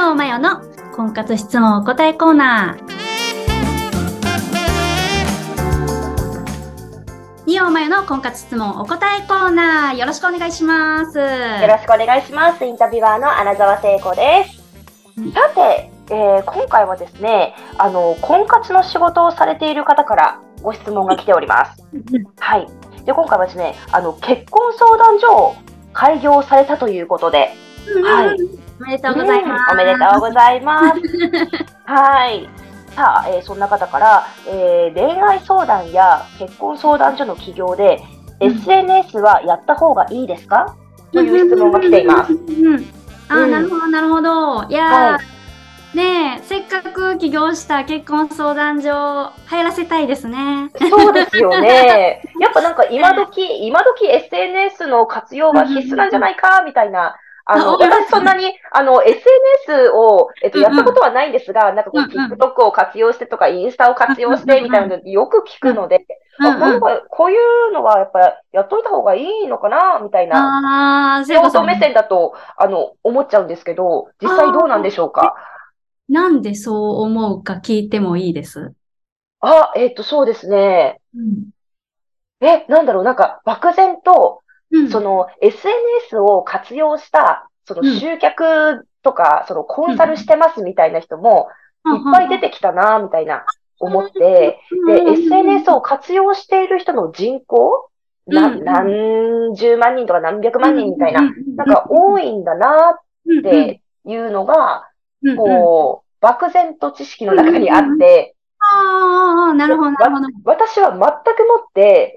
尾真代の婚活質問お答えコーナー。二尾真代の婚活質問お答えコーナー、よろしくお願いします。 よろしくお願いします。インタビュアーの穴澤聖子です。さて、今回はですね、婚活の仕事をされている方からご質問が来ております。はい。で、今回はですね、結婚相談所を開業されたということで、はい。 おめでとうございます。 おめでとうございます。はい。さあ、そんな方から、恋愛相談や結婚相談所の起業で、SNS はやった方がいいですかという質問が来ています。 なるほど、なるほど。いやー、ねえ、せっかく起業した結婚相談所、流行らせたいですね。 そうですよね。やっぱなんか今時 SNS の活用は必須なんじゃないか、みたいな。私そんなに、SNS を、やったことはないんですが、なんかこう、TikTok を活用してとか、インスタを活用して、みたいなのよく聞くので、こういうのはやっぱやっといた方がいいのかな、みたいな。素人目線だと、思っちゃうんですけど、実際どうなんでしょうか。 なんでそう思うか聞いてもいいです？ そうですね。なんだろう、なんか、漠然と、その SNS を活用した、その集客とか、そのコンサルしてますみたいな人も、いっぱい出てきたな、みたいな、思って、で、SNS を活用している人の人口、何十万人とか何百万人みたいな、なんか多いんだな、っていうのが、こう、漠然と知識の中にあって、 なるほど、なるほど。 私は全くもって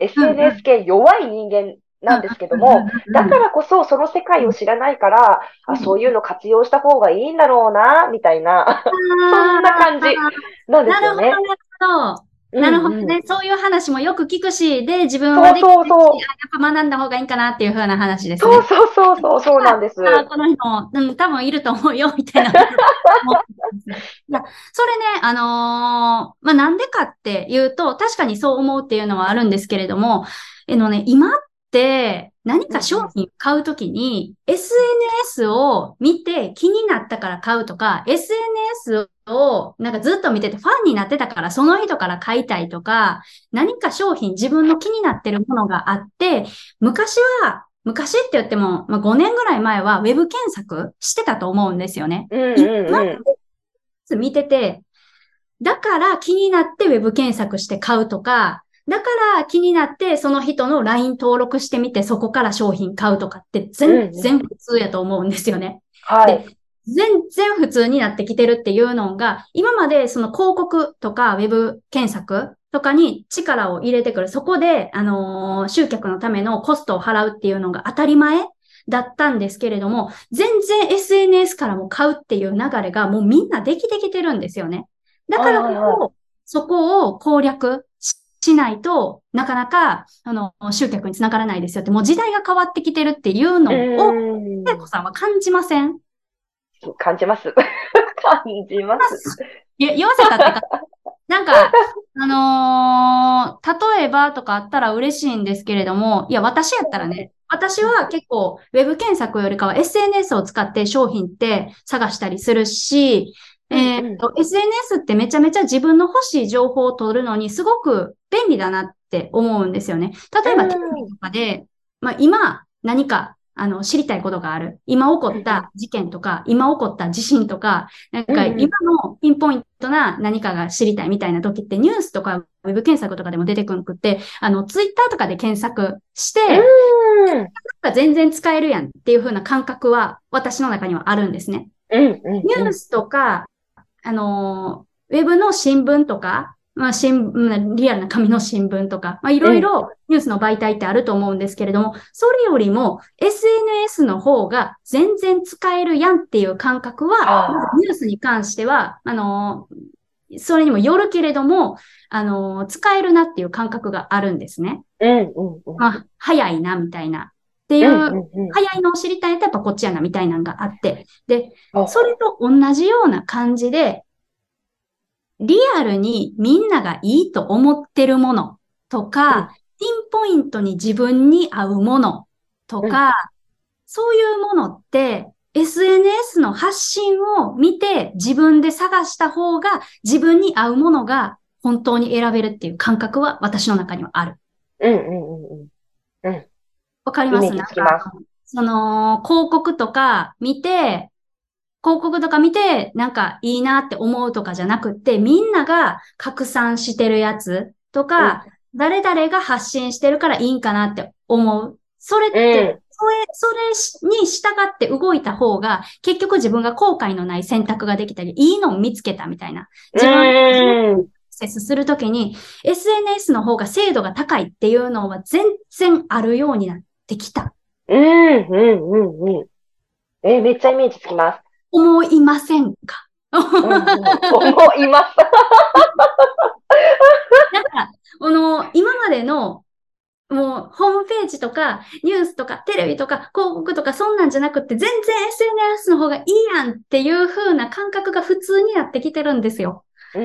SNS 系弱い人間なんですけども、だからこそその世界を知らないから、そういうの活用した方がいいんだろうな、みたいな、そんな感じなんですよね。 なるほどね。そういう話もよく聞くし、で、自分はできないし、やっぱ学んだ方がいいかなっていう風な話ですね。 そうなんです。 この人、多分いると思うよ、みたいな。いや、それね、なんでかっていうと、確かにそう思うっていうのはあるんですけれども、今って何か商品買うときに、SNS を見て気になったから買うとか、SNS をなんかずっと見ててファンになってたからその人から買いたいとか、何か商品自分の気になってるものがあって、昔って言っても、5年ぐらい前はウェブ検索してたと思うんですよね。見てて、だから気になってウェブ検索して買うとか、だから気になってその人の LINE 登録してみてそこから商品買うとかって全然普通やと思うんですよね。で、全然普通になってきてるっていうのが、今までその広告とかウェブ検索とかに力を入れてくる。そこで、集客のためのコストを払うっていうのが当たり前だったんですけれども、全然 SNS からも買うっていう流れがもうみんなできてきてるんですよね。だからこそ、そこを攻略しないとなかなか、集客につながらないですよって、もう時代が変わってきてるっていうのを、聖子さんは感じません？ 感じます。感じます。 言わせたってか、なんか、例えばとかあったら嬉しいんですけれども、いや、私やったらね、私は結構、ウェブ検索よりかは SNS を使って商品って探したりするし、SNS ってめちゃめちゃ自分の欲しい情報を取るのにすごく便利だなって思うんですよね。例えばテレビとかで、今何か知りたいことがある。今起こった事件とか、今起こった地震とか、なんか今のピンポイントな何かが知りたいみたいな時ってニュースとかウェブ検索とかでも出てくるくって、ツイッターとかで検索して、全然使えるやんっていう風な感覚は私の中にはあるんですね。ニュースとか、ウェブの新聞とか、リアルな紙の新聞とか、いろいろニュースの媒体ってあると思うんですけれども、それよりも SNS の方が全然使えるやんっていう感覚は、ニュースに関しては、それにもよるけれども、使えるなっていう感覚があるんですね。早いな、みたいな。っていう、早いのを知りたいとやっぱこっちやな、みたいなのがあって。で、それと同じような感じで、リアルにみんながいいと思ってるものとか、ピンポイントに自分に合うものとか、そういうものって SNS の発信を見て自分で探した方が自分に合うものが本当に選べるっていう感覚は私の中にはある。 うんうんうんうん。うん。 わかりイメーますなんか、 ジつきます。 広告とか見て、なんかいいなって思うとかじゃなくって、みんなが拡散してるやつとうん。 か、誰々が発信してるからいいんかなって思う。それっうて、 ん。 それに従って動いた方が、結局自分が後悔のない選択ができたり、いいのを見つけたみたいな。 う自分、 ーん。 アクセスするときに、SNS の方が精度が高いっていうのは全然あるようになってきた。 うん、うん、うん、うん。めっちゃイメージつきます。 思いませんか？ うん、うん。思います。 なんか、今までの、もう、ホームページとか、ニュースとか、テレビとか、広告とか、そんなんじゃなくって、全然 SNS の方がいいやんっていう風な感覚が普通になってきてるんですよ。 うん、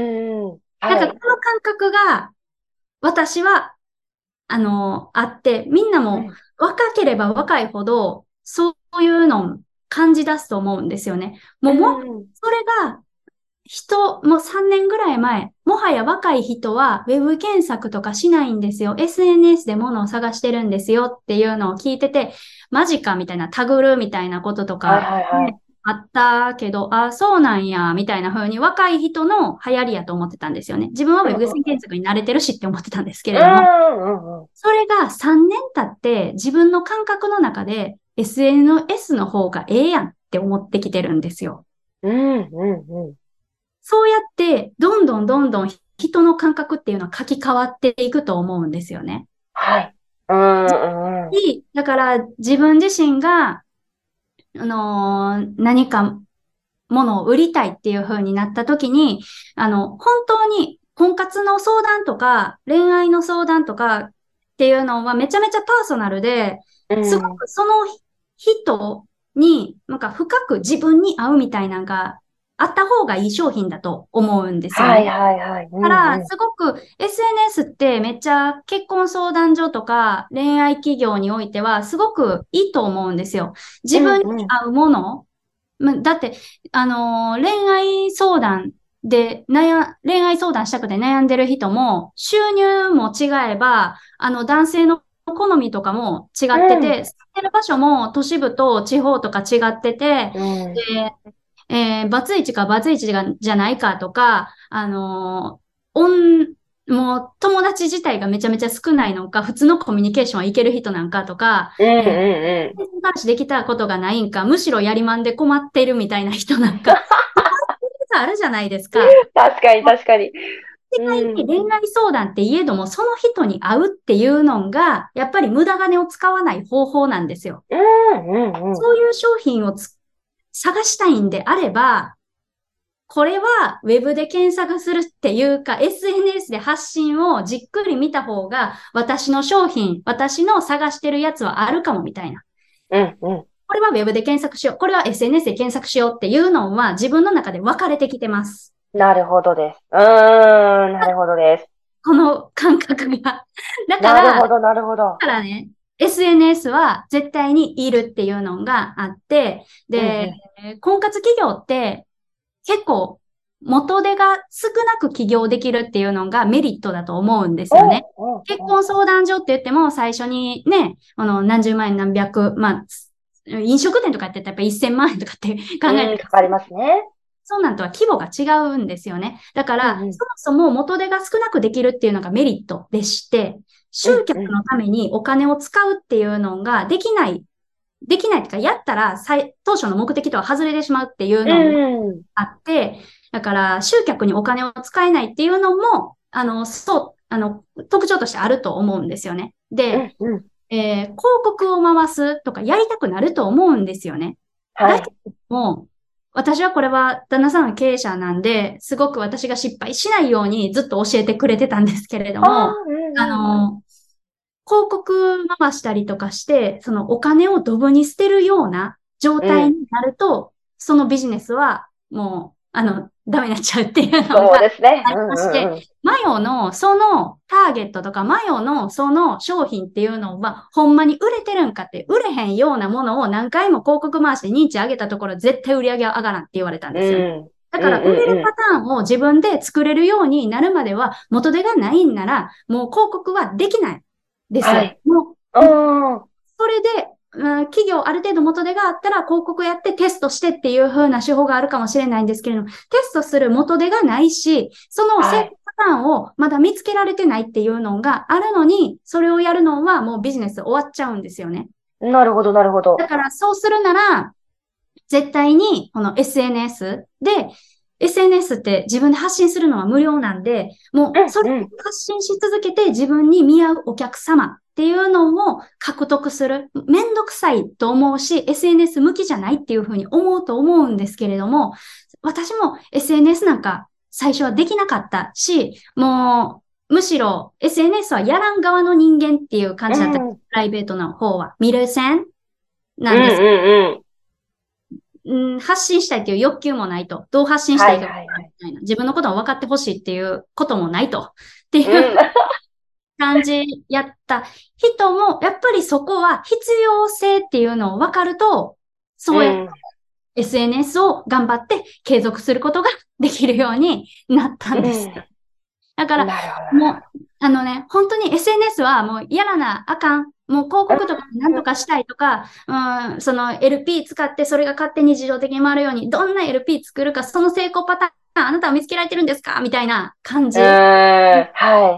なんか、 はい。 この感覚が、私は、あって、みんなもうん、 若ければ若いほど、そういうのを感じ出すと思うんですよね。 うもう、 ん、 それがもう3年ぐらい前、もはや若い人はウェブ検索とかしないんですよ。SNS で物を探してるんですよっていうのを聞いてて、マジかみたいな、タグるみたいなこととはい、 か、 はい、はい。 あったけど、あ、そうなんや、みたいな風に若い人の流行りやと思ってたんですよね。自分はウうん、 ェブうん、 検索に慣れてるしって思ってたんですけうれども、 ん、うん、 それが3年経って自分の感覚の中で SNS の方がええやんって思ってきてるんですよ。 うん、うん、うん。 そうやって、どんどんどんどん人の感覚っていうのは書き換わっていくと思うんですよね。 はい。うん、うん、 だから自分自身が、何かものを売りたいっていう風になった時に、本当に婚活の相談とか、恋愛の相談とかっていうのはめちゃめちゃパーソナルで、 うん。 すごくその人に、なんか深く自分に合うみたいなのがあった方がいい商品だと思うんですよはい、 ね。 はい、はい。うだかん、 ら、 うん。 すごく SNS ってめっちゃ結婚相談所とか恋愛企業においてはすごくいいと思うんですよ。 うん、 自分にうん。 合うもの、だって、恋愛相談恋愛相談したくて悩んでる人も、収入も違えば、男性の好みとかも違うん、 ってて、住んでる場所も都市部と地方とか違ってて、 うん。 で、バツイチかバツイチじゃないかとか、もう友達自体がめちゃめちゃ少ないのか、普通のコミュニケーションはいける人なんかとか、 うん、 えーうん、 男子できたことがないんか、むしろやりまんで困ってるみたいな人なんか、あるじゃないですか。 確かに、確かに。うん、 恋愛相談って言えども、その人に会うっていうのが、やっぱり無駄金を使わない方法なんですよ。 うん、うん、うん。 そういう商品を探したいんであれば、これはウェブで検索するっていうか、SNS で発信をじっくり見た方が、私の商品、私の探してるやつはあるかもみたいな。 うん、うん。 これはウェブで検索しよう。これは SNS で検索しようっていうのは自分の中で分かれてきてます。 なるほどです。なるほどです。 この感覚が。だから、 なるほど、なるほど。 ね、SNS は絶対にいるっていうのがあって、で、 うん、 婚活企業って結構元手が少なく起業できるっていうのがメリットだと思うんですよね。結お、 婚相談所って言っても最初にね、何十万円何百万、飲食店とかって言ったらやっぱ1000万円とかって考えうん、 たら、 かかりますね。 そうなんとは規模が違うんですよね。だから、 うん、うん、 そもそも元手が少なくできるっていうのがメリットでして、集うん、うん、 客のためにお金を使うっていうのができないっていうか、やったら当初の目的とは外れてしまうっていううのもん、 あって、だから集客にお金を使えないっていうのも、特徴としてあると思うんですよね。で、 うん、うん。 広告を回すとかやりたくなると思うんですよね。だけはい。 ども、私はこれは旦那さんの経営者なんで、すごく私が失敗しないようにずっと教えてくれてたんですけれどああ、 も、 うん、うん。 あの、広告回したりとかして、そのお金をドブに捨てるような状うん、 態になると、そのビジネスはもう、 ダメになっちゃうっていうのそうがですね。 ありまして、マヨのそのターゲットとか、マヨのその商品っていうのは、ほんまに売れてるんかって、売れへんようなものを何回も広告回して認知上げたところ、絶対売り上げは上がらんって言われたんですよね。だから、売れるパターンを自分で作れるようになるまでは、元手がないんなら、もう広告はできないですよ。 はい。 もう、それで、企業ある程度元手があったら広告やってテストしてっていう風な手法があるかもしれないんですけれども、テストする元手がないし、その成功パターンをまだ見つけられてないっていうのがあるのに、それをやるのはもうビジネス終わっちゃうんですよね。 なるほど、なるほど。 だからそうするなら、絶対にこの SNS で、SNS って自分で発信するのは無料なんで、もうそれを発信し続けて自分に見合うお客様っていうのを獲得する。めんどくさいと思うし、SNS 向きじゃないっていうふうに思うと思うんですけれども、私も SNS なんか最初はできなかったし、もうむしろ SNS はやらん側の人間っていう感じだった。プライベートの方は。見る線なんです。発信したいという欲求もないと。どう発信したいかみたいな。自分のことを分かってほしいっていうこともないと。っていう感じやった人も、やっぱりそこは必要性っていうのを分かると、そうやって SNS を頑張って継続することができるようになったんです。だから、もう、本当に SNS はもうやらなあかん。もう広告とかなんとかしたいとか、その LP 使ってそれが勝手に自動的に回るように、どんな LP 作るか、その成功パターン、あなたは見つけられてるんですかみたいな感じ。 はい。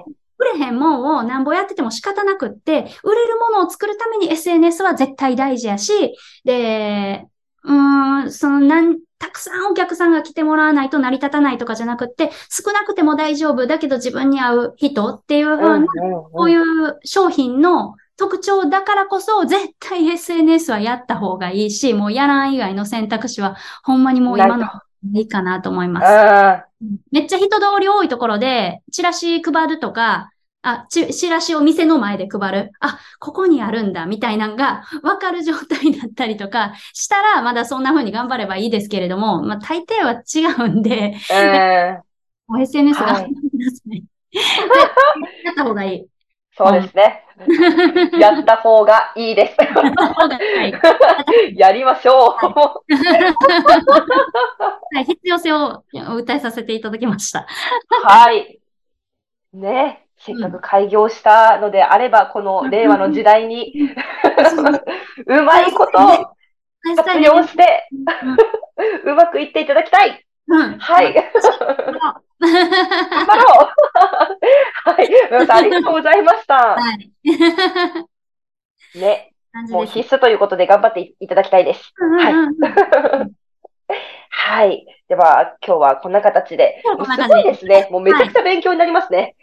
売れへんもんをなんぼやってても仕方なくって、売れるものを作るために SNS は絶対大事やし、で、たくさんお客さんが来てもらわないと成り立たないとかじゃなくって、少なくても大丈夫だけど自分に合う人っていう風な、こういう商品の特徴だからこそ、絶対 SNS はやった方がいいし、もうやらん以外の選択肢は、ほんまにもう今のいいかなと思います。めっちゃ人通り多いところで、チラシ配るとか、チラシを店の前で配る。ここにあるんだ、みたいなのが分かる状態だったりとかしたら、まだそんな風に頑張ればいいですけれども、まあ大抵は違うんで、SNS が頑張ってください。やった方がいい。 そうですね。やった方がいいです。やりましょう。 必要性を訴えさせていただきました。 はい。ね。せっかく開業したのであれば、この令和の時代に、うまいこと活用して、うまくいっていただきたい。はい。頑張ろう。はい。皆さんありがとうございました。はい。ね。もう必須ということで頑張っていただきたいです。はい。はい。では、今日はこんな形で。すごいですね。もうめちゃくちゃ勉強になりますね。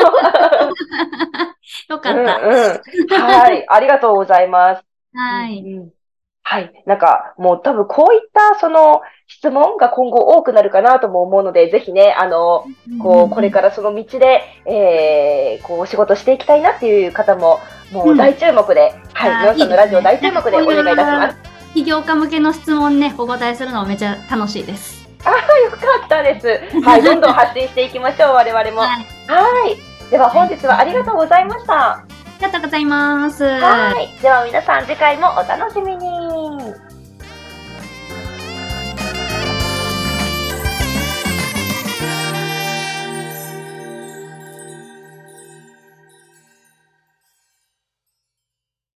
よかった。 はい。ありがとうございます。 はい。 はい。なんか、もう多分こういったその質問が今後多くなるかなとも思うので、ぜひね、これからその道で、お仕事していきたいなっていう方も、もう大注目で、はい。皆さんのラジオ大注目でお願いいたします。 起業家向けの質問ね、お答えするのめちゃ楽しいです。 よかったです。はい。どんどん発信していきましょう、我々も。はい。では本日はありがとうございました。 ありがとうございます。 はい。では皆さん次回もお楽しみに。